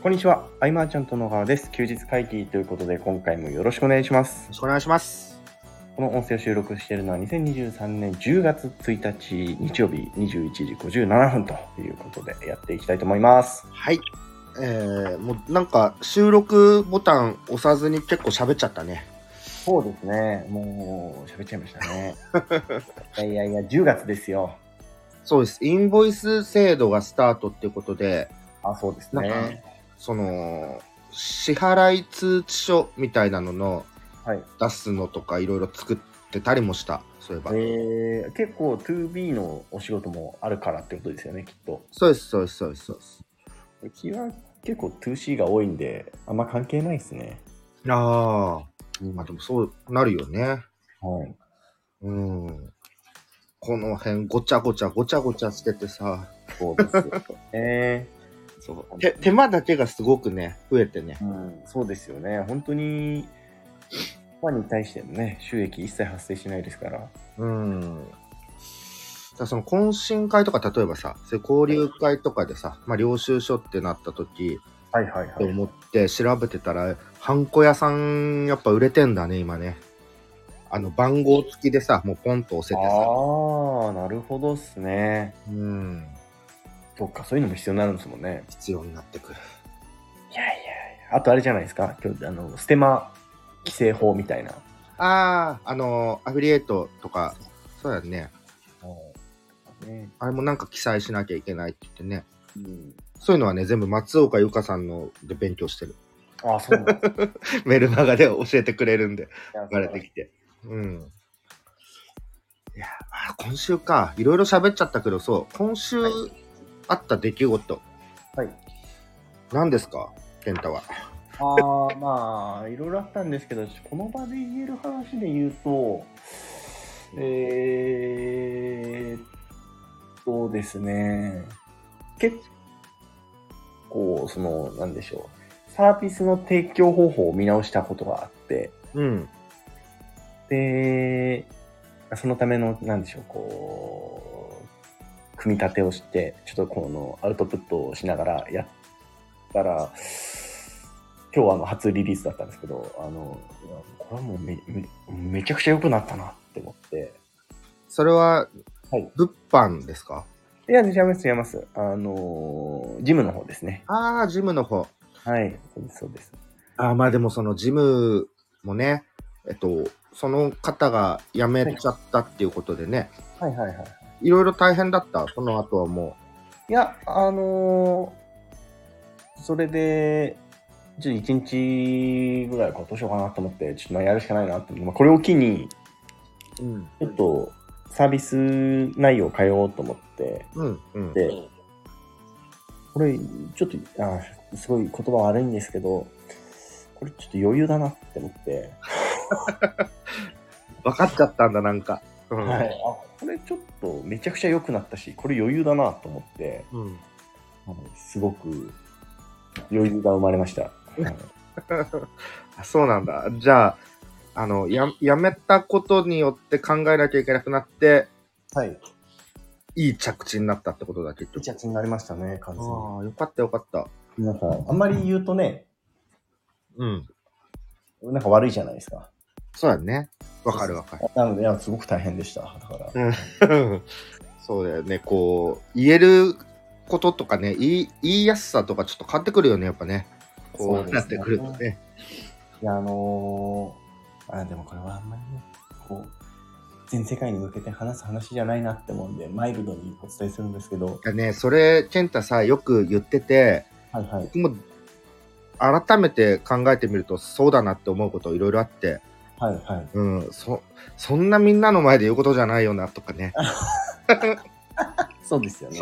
こんにちは、アイマーちゃんと野川です。休日会議ということで、今回もよろしくお願いします。 よろしくお願いします。 この音声を収録しているのは2023年10月1日日曜日21時57分ということでやっていきたいと思います。 はい。もうなんか収録ボタン押さずに結構喋っちゃったね。 そうですね。もう喋っちゃいましたね。いや、10月ですよ。 そうです。インボイス制度がスタートっていうことで、 そうですなんかね。 その支払い通知書みたいなのの出すのとかいろいろ作ってたりもした。そういえば。結構 2B のお仕事もあるからってことですよね、きっと。 そうです。 うちは結構 2C が多いんで、あんま関係ないですね。 まあでもそうなるよね。 はい。 この辺ごちゃごちゃしててさ。 そうですよ。 そう手間だけがすごくね、増えてね。 そうですよね。本当に、ファンに対してのね、収益一切発生しないですから。 その懇親会とか、例えばさ、そういう交流会とかでさ、領収書ってなった時、と思って調べてたら、ハンコ屋さんやっぱ売れてんだね、今ね。番号付きでさ、もうポンと押せてさ。 なるほどっすね。そっか、そういうのも必要になるんですもんね。 必要になってくる。 いや、あとあれじゃないですか、今日ステマ規制法みたいな。 アフィリエイトとか、そうやね。あれもなんか記載しなきゃいけないって言ってね。そういうのはね、全部松岡由香さんので勉強してる。 そうなんですメルマガで教えてくれるんで、流れてきて。いや、今週か。いろいろ喋っちゃったけど、今週あった出来事。何ですか、健太は。 いろいろあったんですけど、この場で言える話で言うと、そうですね。結構、なんでしょう。サービスの提供方法を見直したことがあって、で、そのための、なんでしょう、組み立てをして、ちょっとアウトプットをしながらやったら、今日は初リリースだったんですけど、これはもうめちゃくちゃ良くなったなって思って。 それは、物販ですか？ いや、違います。ジムの方ですね。 ジムの方。 はい、そうです。 でもそのジムもね、その方が辞めちゃったっていうことでね。いろいろ大変だった、その後はもう。いや、それで、ちょっと1日ぐらいどうしようかなと思って、ちょっとやるしかないなって、これを機に、ちょっとサービス内容を変えようと思って、で、これ、ちょっと、すごい言葉悪いんですけど、これちょっと余裕だなって思って。 分かっちゃったんだ、なんか。 これちょっとめちゃくちゃ良くなったし、これ余裕だなと思って、すごく余裕が生まれました。 そうなんだ。じゃあ、やめたことによって考えなきゃいけなくなって、いい着地になったってことだけど。 いい着地になりましたね、完全に。 よかった。 なんか、あんまり言うとね、なんか悪いじゃないですか。 そうだね。わかる。 なので、すごく大変でした。だから。 そうだよね。言えることとかね、言いやすさとかちょっと変わってくるよね、やっぱね。こうなってくるとね。 いや、でもこれはあんまりね、全世界に向けて話す話じゃないなって思うんで、マイルドにお伝えするんですけど。 それ、健太さ、よく言ってて、僕も改めて考えてみると、そうだなって思うこといろいろあって、そんなみんなの前で言うことじゃないよな、とかね。 そうですよね。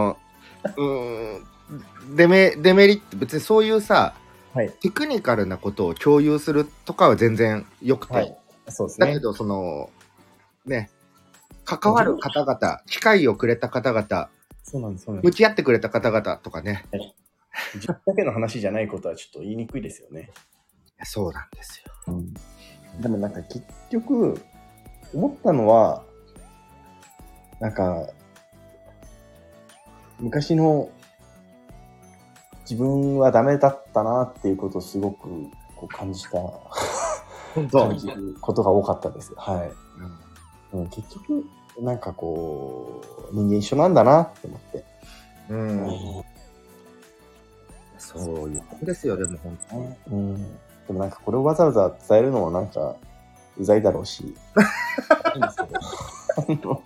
デメリット、別にそういうさ、テクニカルなことを共有するとかは全然よくて。 そうですね。 だけど、関わる方々、機会をくれた方々、向き合ってくれた方々とかね。 自分だけの話じゃないことはちょっと言いにくいですよね。 そうなんですよ。 でもなんか結局、思ったのは、なんか、昔の自分はダメだったなっていうことをすごくこう感じた感じることが多かったです。はい。結局なんかこう人間一緒なんだなって思って。 そういうことですよ、でも本当に。 でもなんかこれをわざわざ伝えるのもなんかうざいだろうし。いいんですけど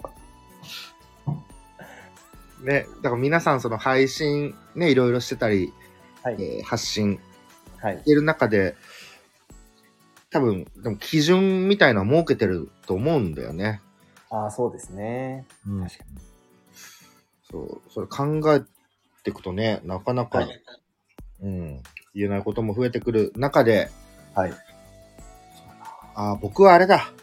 ね、だから皆さんその配信ね、いろいろしてたり、発信してる中で、多分でも基準みたいなの設けてると思うんだよね。 ああ、そうですね。確かに。 そう、それ考えていくとね、なかなか、言えないことも増えてくる中で、僕はあれだ、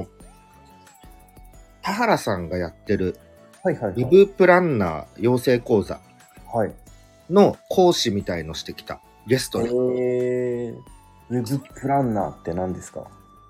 田原さんがやってる、リブプランナー養成講座の講師みたいのしてきた、ゲストに。 リブプランナーって何ですか？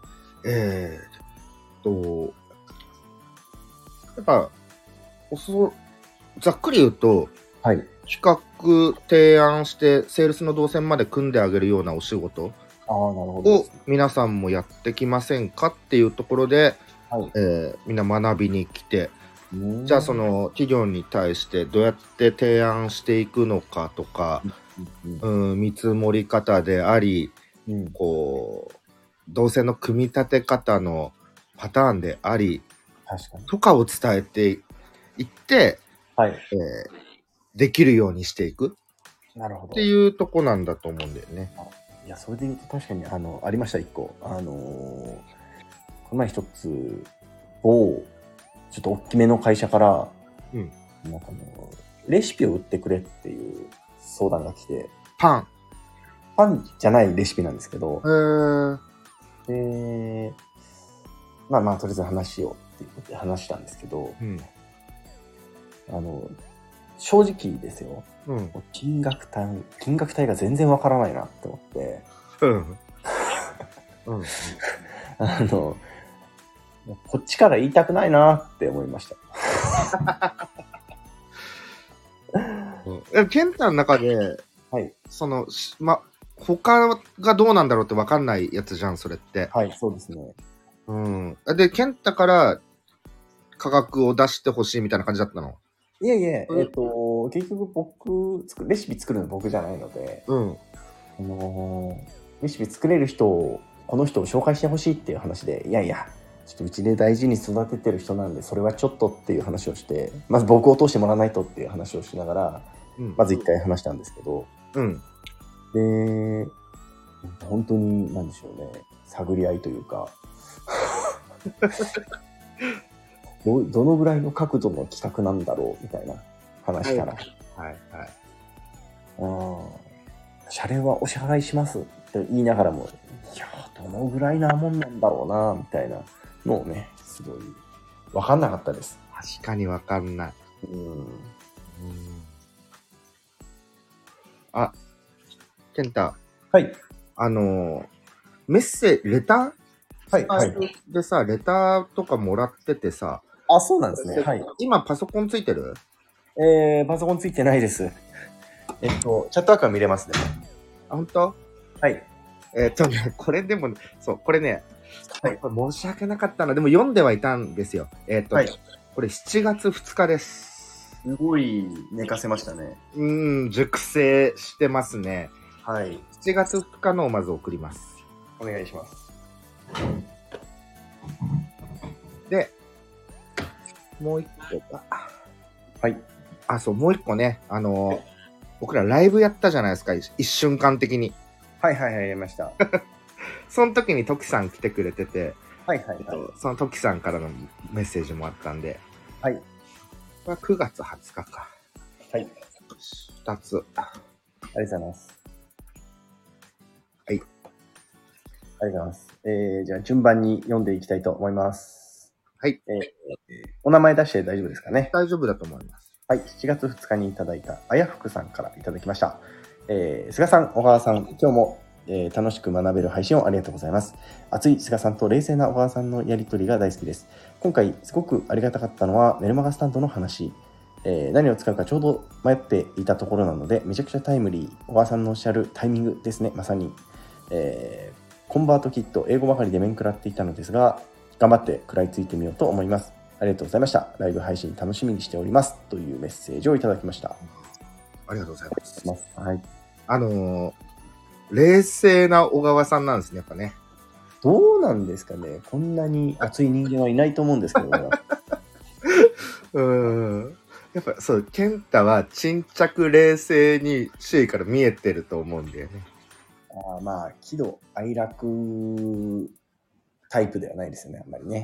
やっぱ、ざっくり言うと、企画提案してセールスの動線まで組んであげるようなお仕事を皆さんもやってきませんかっていうところで、みんな学びに来て、じゃあその企業に対してどうやって提案していくのかとか、見積もり方であり、こう動線の組み立て方のパターンでありとかを伝えていって、できるようにしていくっていうとこなんだと思うんだよね。 いや、それで言うと確かにありました、一個。この前一つ某ちょっと大きめの会社から、なんかレシピを売ってくれっていう相談が来て、 パンじゃないレシピなんですけど、で、まあとりあえず話をっていうことで話したんですけど、正直ですよ、金額帯が全然わからないなって思って、こっちから言いたくないなって思いました。 健太の中で、その他がどうなんだろうって分かんないやつじゃん、それって。 そうですね。 で、健太から価格を出してほしいみたいな感じだったの？ いえいえ、結局レシピ作るの僕じゃないので、レシピ作れる人を、この人を紹介してほしいっていう話で、いやいや、ちょっとうちで大事に育ててる人なんで、それはちょっとっていう話をして、まず僕を通してもらわないとっていう話をしながら、まず一回話したんですけど、で、本当に何でしょうね、探り合いというかどのぐらいの角度の企画なんだろうみたいな話から、謝礼はお支払いしますって言いながらも、いやどのぐらいなもんなんだろうなみたいなのをね、すごい分かんなかったです。 確かに分かんない。健太。メッセージ、レターでさ、レターとかもらっててさ。 そうなんですね。 今パソコンついてる？ パソコンついてないです。チャットワークは見れますね。 本当？これでも、そう、これね、申し訳なかったな。でも読んではいたんですよ。これ7月2日です。 すごい寝かせましたね。 熟成してますね。7月2日のをまず送ります。 お願いします。 で、もう一個か。そう、もう一個ね、僕らライブやったじゃないですか、一瞬間的に。 やりました。 その時にトキさん来てくれてて、そのトキさんからのメッセージもあったんで、これは9月20日か。2つ。 ありがとうございます。ありがとうございます。じゃあ順番に読んでいきたいと思います。お名前出して大丈夫ですかね？ 大丈夫だと思います。 7月2日にいただいたあやふくさんからいただきました。菅さん、小川さん、今日も、楽しく学べる配信をありがとうございます。熱い菅さんと冷静な小川さんのやりとりが大好きです。今回すごくありがたかったのはメルマガスタンドの話。 何を使うかちょうど迷っていたところなので、めちゃくちゃタイムリー、小川さんのおっしゃるタイミングですね、まさに。コンバートキット、英語ばかりで面食らっていたのですが、頑張って食らいついてみようと思います。ありがとうございました。ライブ配信楽しみにしております。というメッセージをいただきました。 ありがとうございます。 はい。 冷静な小川さんなんですね、やっぱね。 どうなんですかね。こんなに熱い人間はいないと思うんですけど。 やっぱそう、健太は沈着冷静に周囲から見えてると思うんだよね。 まあ、喜怒哀楽タイプではないですよね、あんまりね。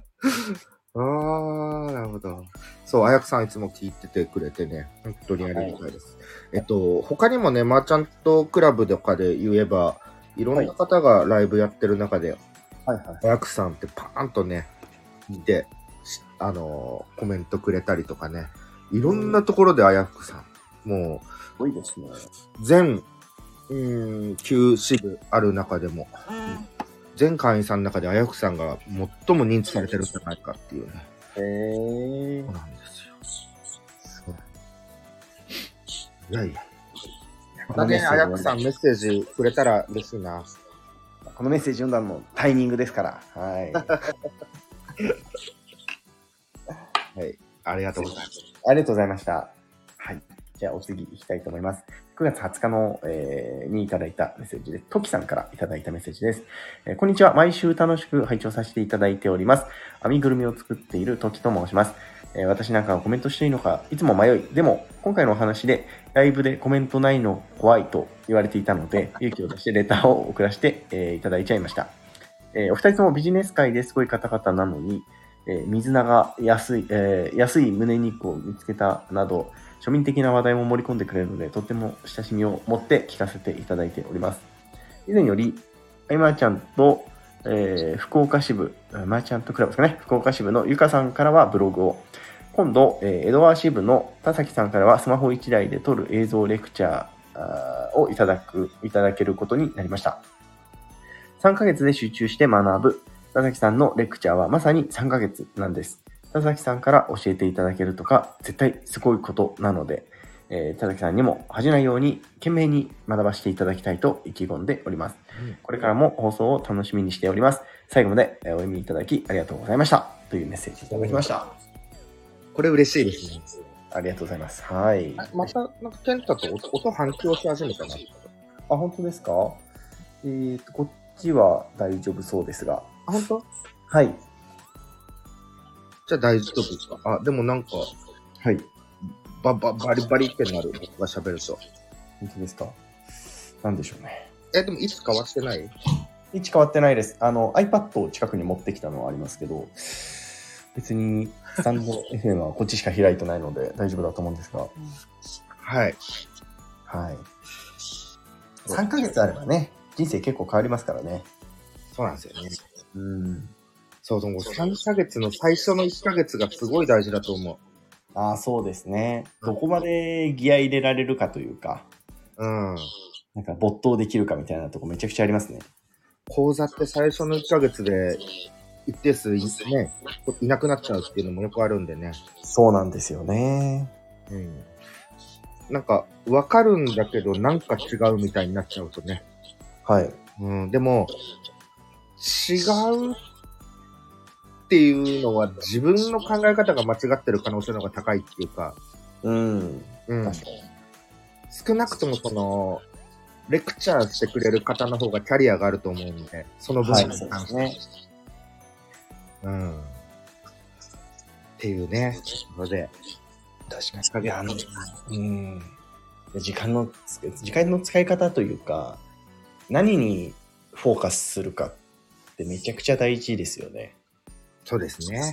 なるほど。そう、あやくさんいつも聞いててくれてね、本当にありがたいです。はい、他にもね、マーチャントクラブとかで言えば、いろんな方がライブやってる中で、あやくさんってパーンとね、見て、コメントくれたりとかね、いろんなところであやくさん、もう、 すごいですね。 全、9支部ある中でも、全会員さんの中であやくさんが最も認知されてるんじゃないかっていうね。そうなんですよ。そう。いやいや。またね、あやくさんメッセージくれたら嬉しいな。 このメッセージ読んだのもタイミングですから。はい。 はい。ありがとうございます。 ありがとうございました。はい。じゃあお次行きたいと思います。9月20日の、にいただいたメッセージです。トキさんからいただいたメッセージです。こんにちは。毎週楽しく拝聴させていただいております。編みぐるみを作っているトキと申します。私なんかはコメントしていいのかいつも迷い、でも今回のお話でライブでコメントないの怖いと言われていたので、勇気を出してレターを送らせて、いただいちゃいました。お二人ともビジネス界ですごい方々なのに、水菜が安い胸肉を見つけたなど、庶民的な話題も盛り込んでくれるので、とっても親しみを持って聞かせていただいております。以前より、あいまーちゃんと、福岡支部、マーチャントクラブですかね、福岡支部のゆかさんからはブログを、今度、江戸川支部の田崎さんからはスマホ1台で撮る映像レクチャーをいただけることになりました。3ヶ月で集中して学ぶ田崎さんのレクチャーはまさに3ヶ月なんです。田崎さんから教えていただけるとか絶対すごいことなので、田崎さんにも恥じないように懸命に学ばせていただきたいと意気込んでおります。これからも放送を楽しみにしております。最後までお読みいただきありがとうございました。というメッセージいただきました。 これ嬉しいですね。 ありがとうございます。はい。 また、なんか、ケンタと音反響し始めたな。 本当ですか？こっちは大丈夫そうですが。 本当？ はい。 じゃあ大丈夫ですか？でもなんか、 はい。 バリバリってなる。僕が喋ると。 本当ですか？なんでしょうね。 でも位置変わってない？ 位置変わってないです。iPad を近くに持ってきたのはありますけど、別にスタンド FM はこっちしか開いてないので大丈夫だと思うんですが。 はい。 はい。3ヶ月あればね、人生結構変わりますからね。 そうなんですよね。そう、3ヶ月の最初の1ヶ月がすごい大事だと思う。そうですね。どこまでギア入れられるかというか、なんか没頭できるかみたいなとこめちゃくちゃありますね。 講座って最初の1ヶ月で一定数ね、いなくなっちゃうっていうのもよくあるんでね。 そうなんですよね。 なんか、わかるんだけど、なんか違うみたいになっちゃうとね。 はい。 でも、違うっていうのは自分の考え方が間違ってる可能性の方が高いっていうか。確かに。少なくともレクチャーしてくれる方の方がキャリアがあると思うんで、その分に関して。ね。っていうね、ので。 確かに。時間の使い方というか、何にフォーカスするかってめちゃくちゃ大事ですよね。 そうですね。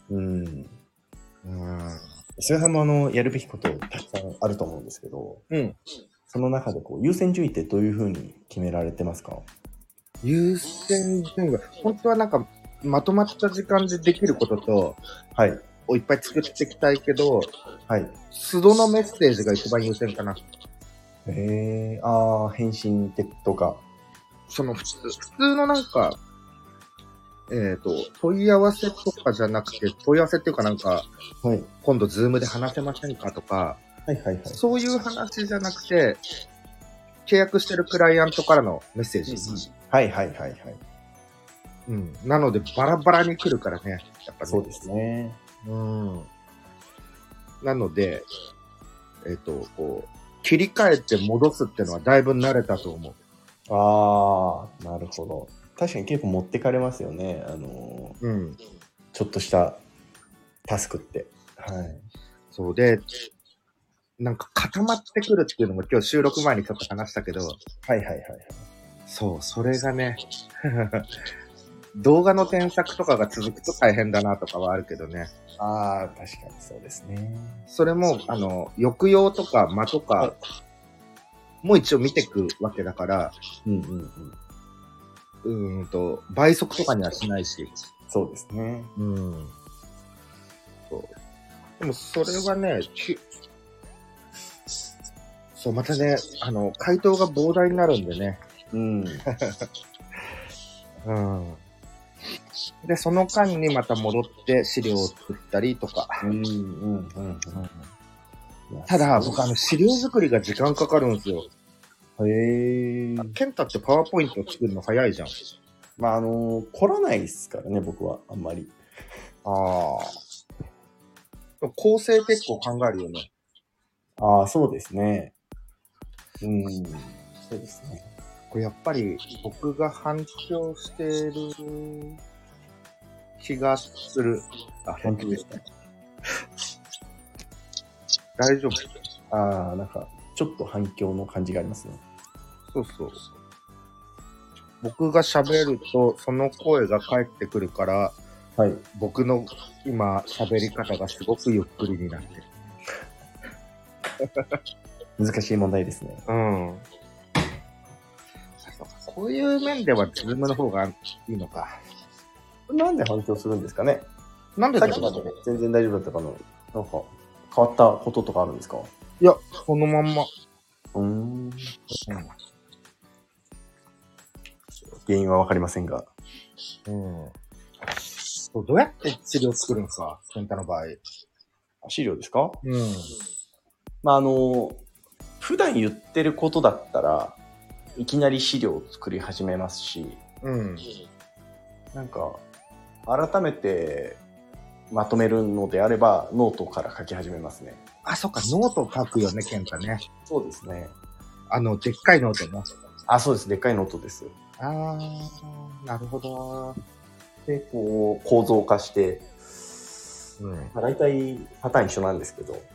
菅さんもやるべきことたくさんあると思うんですけど、その中で優先順位ってどういうふうに決められてますか？ 優先順位は、本当はなんかまとまった時間でできることと、をいっぱい作っていきたいけど、素のメッセージが一番優先かな。 返信とか。 普通のなんか、 問い合わせとかじゃなくて、問い合わせっていうかなんか、 はい。 今度ズームで話せませんかとか、 はいはいはい。 そういう話じゃなくて、契約してるクライアントからのメッセージ。 はいはいはいはい。 うん。なので、バラバラに来るからね。やっぱね。 そうですね。 うん。なので、こう、切り替えて戻すっていうのはだいぶ慣れたと思う。 ああ、なるほど。確かに結構持ってかれますよね。 うん。 ちょっとしたタスクって。はい。 そうで、なんか固まってくるっていうのも今日収録前にちょっと話したけど。 はいはいはい。 そう、それがね、動画の添削とかが続くと大変だなとかはあるけどね。 ああ、確かにそうですね。 それも、抑揚とか間とか、もう一応見てくわけだから、倍速とかにはしないし。 そうですね。 うん。そう。でもそれはね、そう、またね、回答が膨大になるんでね。うん。うん。で、その間にまた戻って資料を作ったりとか。ただ、僕資料作りが時間かかるんですよ。へえ。ケンタってパワーポイントを作るの早いじゃん。 まあ、凝らないですからね、僕は、あんまり。 ああ。構成結構考えるよね。 ああ、そうですね。そうですね。 これやっぱり僕が反響している気がする。 あ、本当ですか。 大丈夫。 ああ、なんか、ちょっと反響の感じがありますね。 そうそう。僕が喋ると、その声が返ってくるから、はい。僕の今喋り方がすごくゆっくりになってる。 難しい問題ですね。 うん。こういう面ではズームの方がいいのか。 なんで反響するんですかね。 なんでだろう。全然大丈夫だったかな。なんか変わったこととかあるんですか。 いや、そのまんま。 原因はわかりませんが。 どうやって資料作るんですか、ケンタの場合。 資料ですか。まあ普段言ってることだったらいきなり資料を作り始めますし、なんか改めてまとめるのであればノートから書き始めますね。 あ、そっか、ノート書くよね、ケンタね。 そうですね。 でっかいノートね。 あ、そうです。でっかいノートです。 あー、なるほど。 で、こう構造化して、大体パターン一緒なんですけど、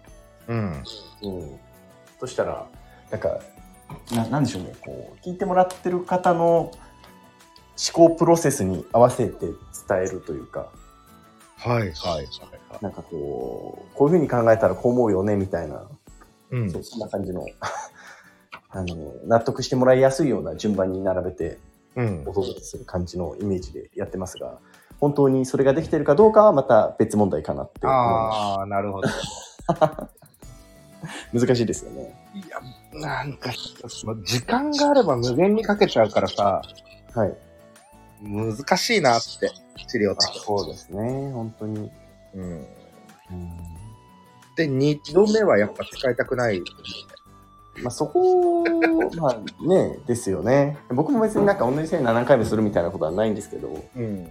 そしたらなんかなんでしょうね、こう聞いてもらってる方の思考プロセスに合わせて伝えるというか、なんかこういう風に考えたらこう思うよねみたいな、そんな感じの納得してもらいやすいような順番に並べてお届けする感じのイメージでやってますが、本当にそれができてるかどうかはまた別問題かなって思います。 ああ、なるほど。 難しいですよね。 いや、なんか時間があれば無限にかけちゃうからさ、はい、難しいなって資料って。 そうですね、本当に。 で、2度目はやっぱ使いたくない。 まあそこ、まあね、ですよね。僕も別になんか同じせいに何回もするみたいなことはないんですけど、確かに。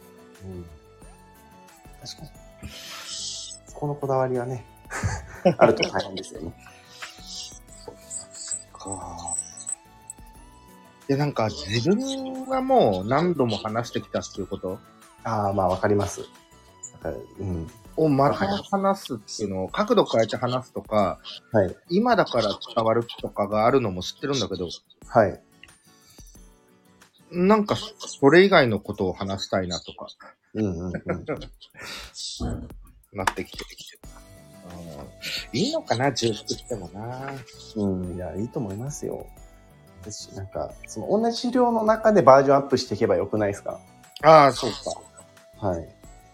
そこのこだわりはね、あると大変ですよね。 で、なんか自分はもう何度も話してきたっていうこと。 ああ、まあわかります。 をまた話すっていうのを角度変えて話すとか、はい、今だから伝わるとかがあるのも知ってるんだけど、はい。なんかそれ以外のことを話したいなとか、なってきて。いいのかな、重複してもな。 いや、いいと思いますよ。なんかその同じ資料の中でバージョンアップしていけばよくないですか。 ああ、そうか。 はい。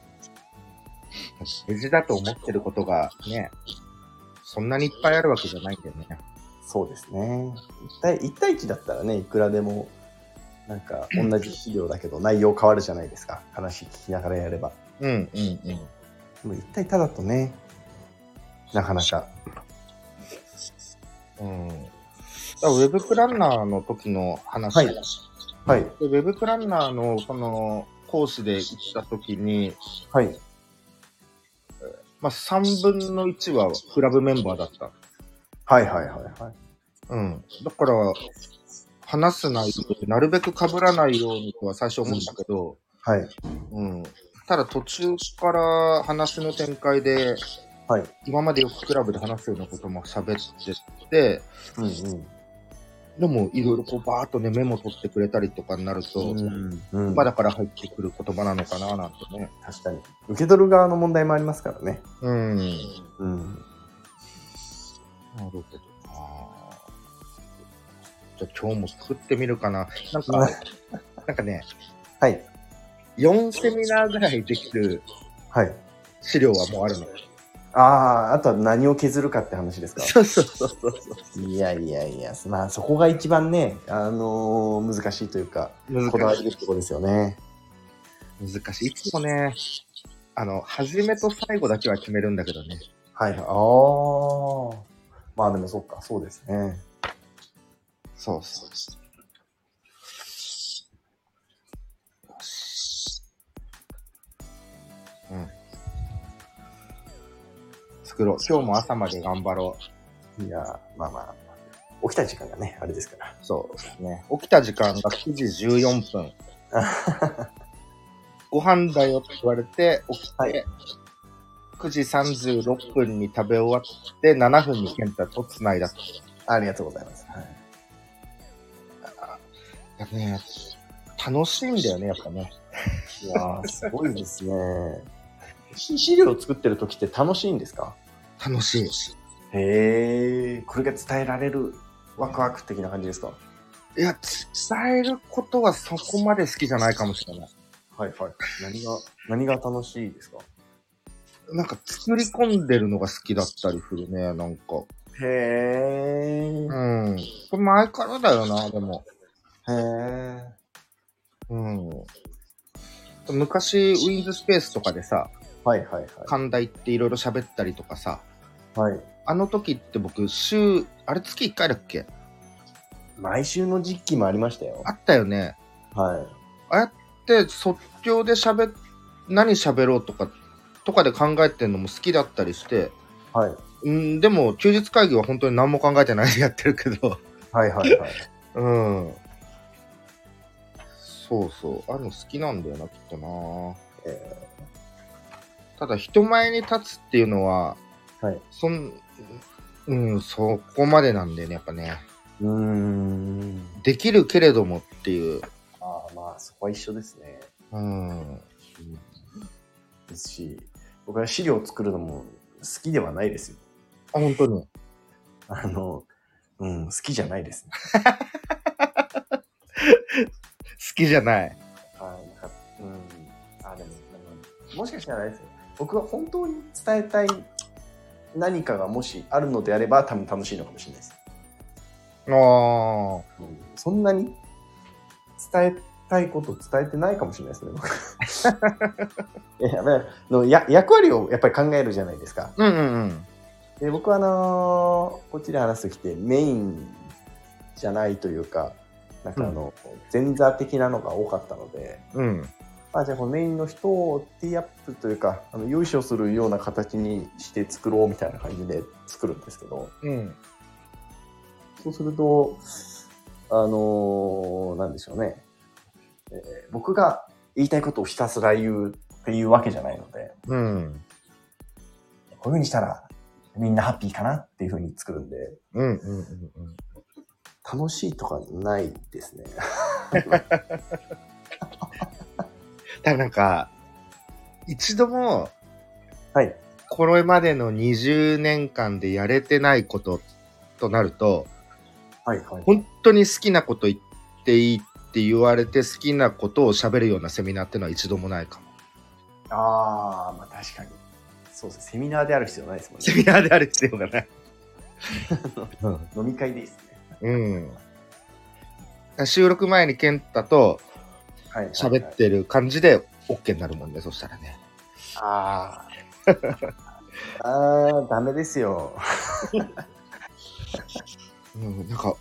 大事だと思ってることがね、そんなにいっぱいあるわけじゃないんだよね。 そうですね。1対1だったらね、いくらでもなんか同じ資料だけど内容変わるじゃないですか。話聞きながらやれば。 うんうんうん。 でも一体ただとね、なかなか。 うん。だウェブプランナーの時の話。 はい。はい。 でウェブプランナーのその講師で行った時に、 はい。 まあ3分の1はクラブメンバーだった。 はいはいはいはい。 うん。だから、話す内容ってなるべく被らないようにとは最初思ったけど、 はい。 うん。ただ途中から話の展開で、 はい。 今までよくクラブで話すようなことも喋ってて、 うんうん。 でもいろいろこうバーっとねメモ取ってくれたりとかになると、まあだから入ってくる言葉なのかななんてね。 確かに。受け取る側の問題もありますからね。 うん。 うん。 なるほど。じゃあ今日も作ってみるかな。なんかね。 はい。 4セミナーぐらいできる資料はもうあるの。 ああ、あとは何を削るかって話ですか。 そうそうそうそう。 いやいやいや、まあそこが一番ね、難しいというか、こだわりるところですよね。 難しい。いつもね、始めと最後だけは決めるんだけどね。 はい。ああ。まあでもそっか、そうですね。 そうそう。うん。作ろう。今日も朝まで頑張ろう。いや、まあまあ、起きた時間がね、あれですから。 そうですね。起きた時間が9時14分。ご飯だよって言われて起きて、はい、9時36分に食べ終わって7分に健太と繋いだと。 ありがとうございます。はい。 やっぱね、楽しいんだよね、やっぱね。 いやー、すごいですね。資料を作ってる時って楽しいんですか？ 楽しい。 へー、これが伝えられるワクワク的な感じですか？ いや、伝えることはそこまで好きじゃないかもしれない。 はいはい。何が楽しいですか？ なんか作り込んでるのが好きだったりするね、なんか。 へー。 うん。これ前からだよな、でも。 へー。 うん。昔、ウィンズスペースとかでさ、 はいはいはい。 寛大っていろいろ喋ったりとかさ、 はい。 あの時って僕、あれ月1回だっけ？ 毎週の実機もありましたよ。 あったよね。 はい。 ああやって即興で何喋ろうとかで考えてんのも好きだったりして、 はい。 でも休日会議は本当に何も考えてないでやってるけど。 はいはいはい。 うん。そうそう。あの好きなんだよな、きっとな。ただ人前に立つっていうのは、 はい。 そこまでなんだよね、やっぱね。できるけれどもっていう。 ああ、まあ、そこは一緒ですね。ですし、僕は資料を作るのも好きではないですよ。 あ、本当に？ 好きじゃないですね。 好きじゃない。 でも、もしかしたらあれですよ。僕が本当に伝えたい何かがもしあるのであれば、多分楽しいのかもしれないです。そんなに伝えたいこと伝えてないかもしれないですね。役割をやっぱり考えるじゃないですか。で僕はこっちで話すときってメインじゃないというか、なんか前座的なのが多かったので、じゃあこのメインの人をティーアップというか優勝するような形にして作ろうみたいな感じで作るんですけど、そうするとなんでしょうね、僕が言いたいことをひたすら言うっていうわけじゃないので、こういう風にしたらみんなハッピーかなっていう風に作るんで、楽しいとかないですね。 なんか一度も、 これまでの20年間でやれてないこととなると、本当に好きなこと言っていいって言われて好きなことを喋るようなセミナーってのは一度もないかも。 まあ確かに。そうですね。セミナーである必要ないですもんね。 セミナーである必要がない。 飲み会でいいですね。 収録前に健太と喋ってる感じで OK になるもんね、そしたらね。 ああ、ダメですよ。 なんか、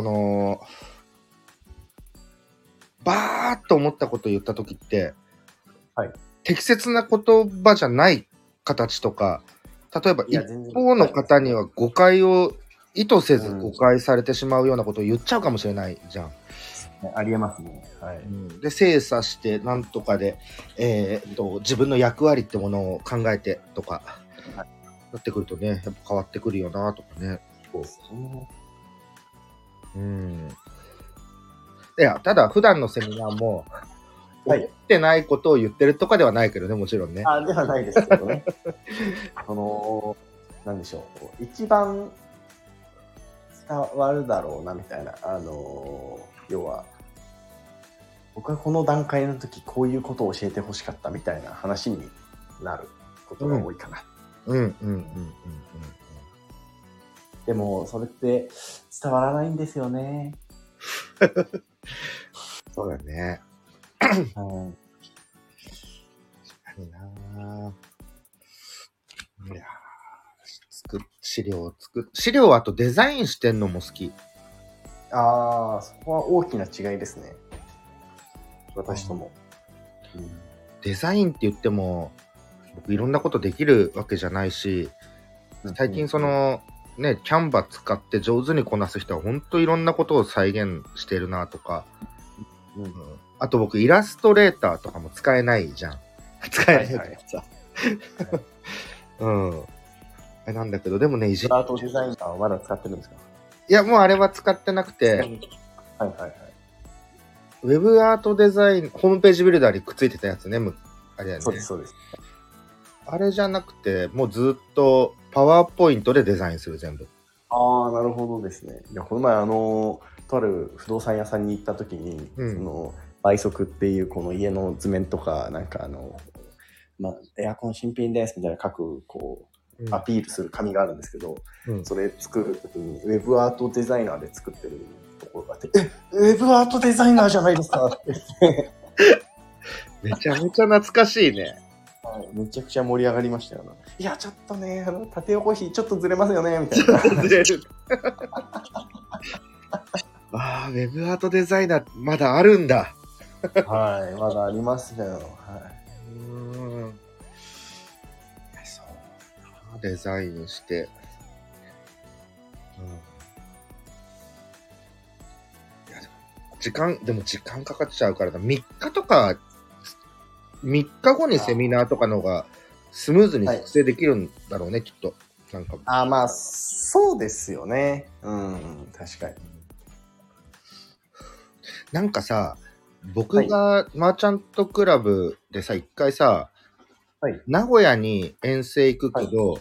バーっと思ったこと言ったときって、はい、適切な言葉じゃない形とか、例えば一方の方には誤解を意図せず誤解されてしまうようなことを言っちゃうかもしれないじゃん。 ありえますね。はい。 で、精査してなんとかで、自分の役割ってものを考えてとか、なってくるとね、やっぱ変わってくるよなとかね。そうですね。いや、ただ普段のセミナーも、思ってないことを言ってるとかではないけどね、もちろんね。 ではないですけどね。なんでしょう。一番伝わるだろうなみたいな、要は、僕はこの段階の時こういうことを教えてほしかったみたいな話になることが多いかな。でも、それって伝わらないんですよね。 そうだね。いや資料はあとデザインしてんのも好き。 ああ、そこは大きな違いですね。私とも。 デザインって言っても、僕いろんなことできるわけじゃないし、最近キャンバ使って上手にこなす人は本当いろんなことを再現してるなとか、あと僕イラストレーターとかも使えないじゃん。使えないからさ。なんだけど、でもね、 アートデザイナーはまだ使ってるんですか？ いや、もうあれは使ってなくて、ウェブアートデザイン、ホームページビルダーにくっついてたやつね、あれやね。 そうです、そうです。 あれじゃなくて、もうずっとパワーポイントでデザインする、全部。 ああ、なるほどですね。いや、この前とある不動産屋さんに行った時に、倍速っていうこの家の図面とか、なんかエアコン新品ですみたいな書く、アピールする紙があるんですけど、それ作る時にウェブアートデザイナーで作ってるところがあって、ウェブアートデザイナーじゃないですかってめちゃめちゃ懐かしいね。 めちゃくちゃ盛り上がりましたよ。いや、ちょっとね、縦横比ちょっとずれますよね、みたいな。ずれる。 ウェブアートデザイナー、まだあるんだ。 はい、まだありますよ。 そうデザインして。時間かかっちゃうからな。3日とか、3日後にセミナーとかの方がスムーズに作成できるんだろうね、きっと。なんか。 まあ、そうですよね。確かに。 なんかさ、僕がマーチャントクラブでさ、一回さ、名古屋に遠征行くけど、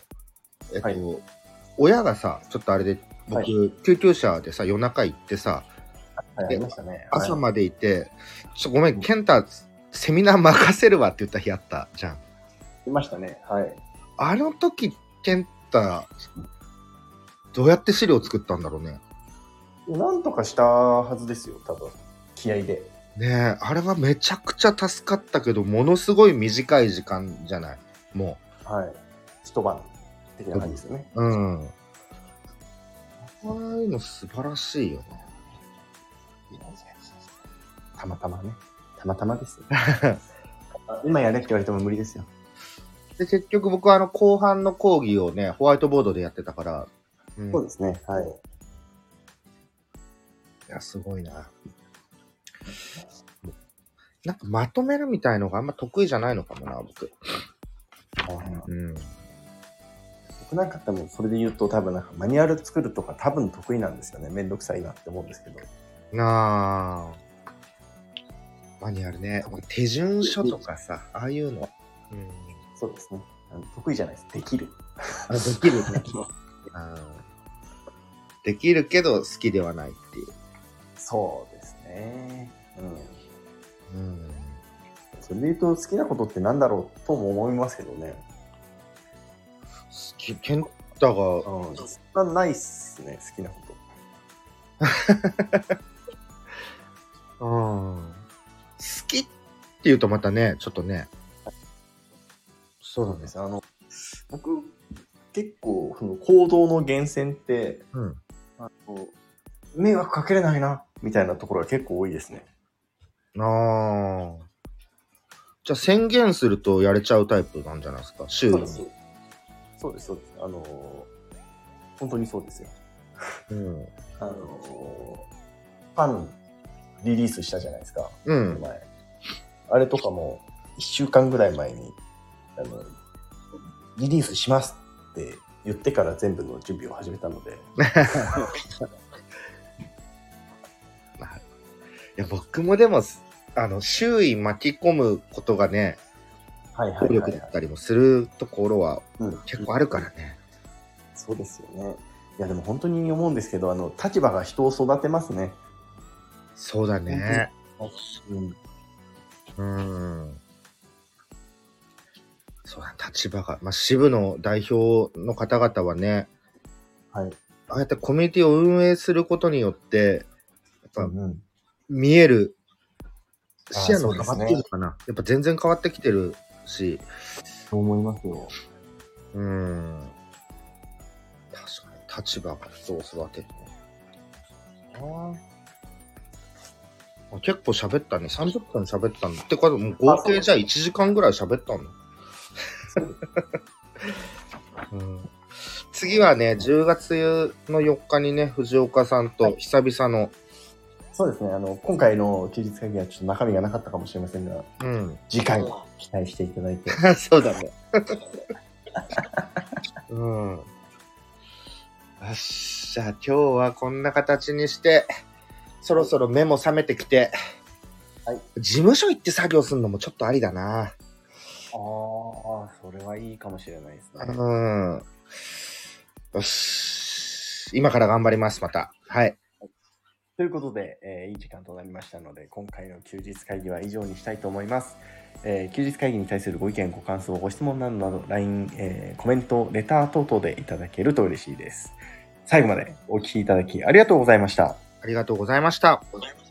親がさ、ちょっとあれで、僕、救急車でさ、夜中行ってさ、朝までいて、ごめん、ケンタ、セミナー任せるわって言った日あったじゃん。 いましたね。はい。 あの時、ケンタ、どうやって資料作ったんだろうね。 なんとかしたはずですよ、多分。気合で。 ねえ、あれはめちゃくちゃ助かったけど、ものすごい短い時間じゃない。もう。はい。一晩的な感じですよね。 ああいうの素晴らしいよね。 たまたまね。たまたまですよ。今やれって言われても無理ですよ。 で、結局僕は後半の講義をね、ホワイトボードでやってたから。 そうですね。はい。いや、すごいな。なんかまとめるみたいのがあんま得意じゃないのかもな、僕。 僕なんか多分それで言うと多分なんかマニュアル作るとか多分得意なんですよね。めんどくさいなって思うんですけど。 マニュアルね。手順書とかさ、ああいうの。 そうですね。得意じゃないです。できる。 できるね。できるけど好きではないっていう。 そうですね。それで言うと好きなことってなんだろうとも思いますけどね。 ケンタが、 そんなないっすね、好きなこ好きっていうとまたね、ちょっとね。 そうなんです。僕、結構、その行動の源泉って、迷惑かけれないな、みたいなところが結構多いですね。 じゃあ宣言するとやれちゃうタイプなんじゃないですか、週に。 そうです。本当にそうですよ。パンリリースしたじゃないですか。前。あれとかも、1週間ぐらい前に、リリースしますって言ってから全部の準備を始めたので。 いや、僕もでも、周囲巻き込むことがね、努力だったりもするところは結構あるからね。 そうですよね。いや、でも本当に思うんですけど、立場が人を育てますね。 そうだね。そうだ、立場が。支部の代表の方々はね、ああやってコミュニティを運営することによって、やっぱ、見える視野の幅っていうのかな、やっぱ全然変わってきてるし。 そう思いますよ。 確かに立場が人を育てるね。結構喋ったね。30分喋ったんだ。ってこともう合計じゃあ1時間ぐらい喋ったの。次はね、10月の4日にね、藤岡さんと久々の、 そうですね。今回の休日会議はちょっと中身がなかったかもしれませんが、次回期待していただいて。 そうだね。よし、じゃあ今日はこんな形にして、そろそろ目も覚めてきて、事務所行って作業するのもちょっとありだな。 それはいいかもしれないですね。 よし。今から頑張ります、また。はい。 ということで、いい時間となりましたので、今回の休日会議は以上にしたいと思います。休日会議に対するご意見、ご感想、ご質問など、LINE、コメント、レター等々でいただけると嬉しいです。最後までお聞きいただきありがとうございました。 ありがとうございました。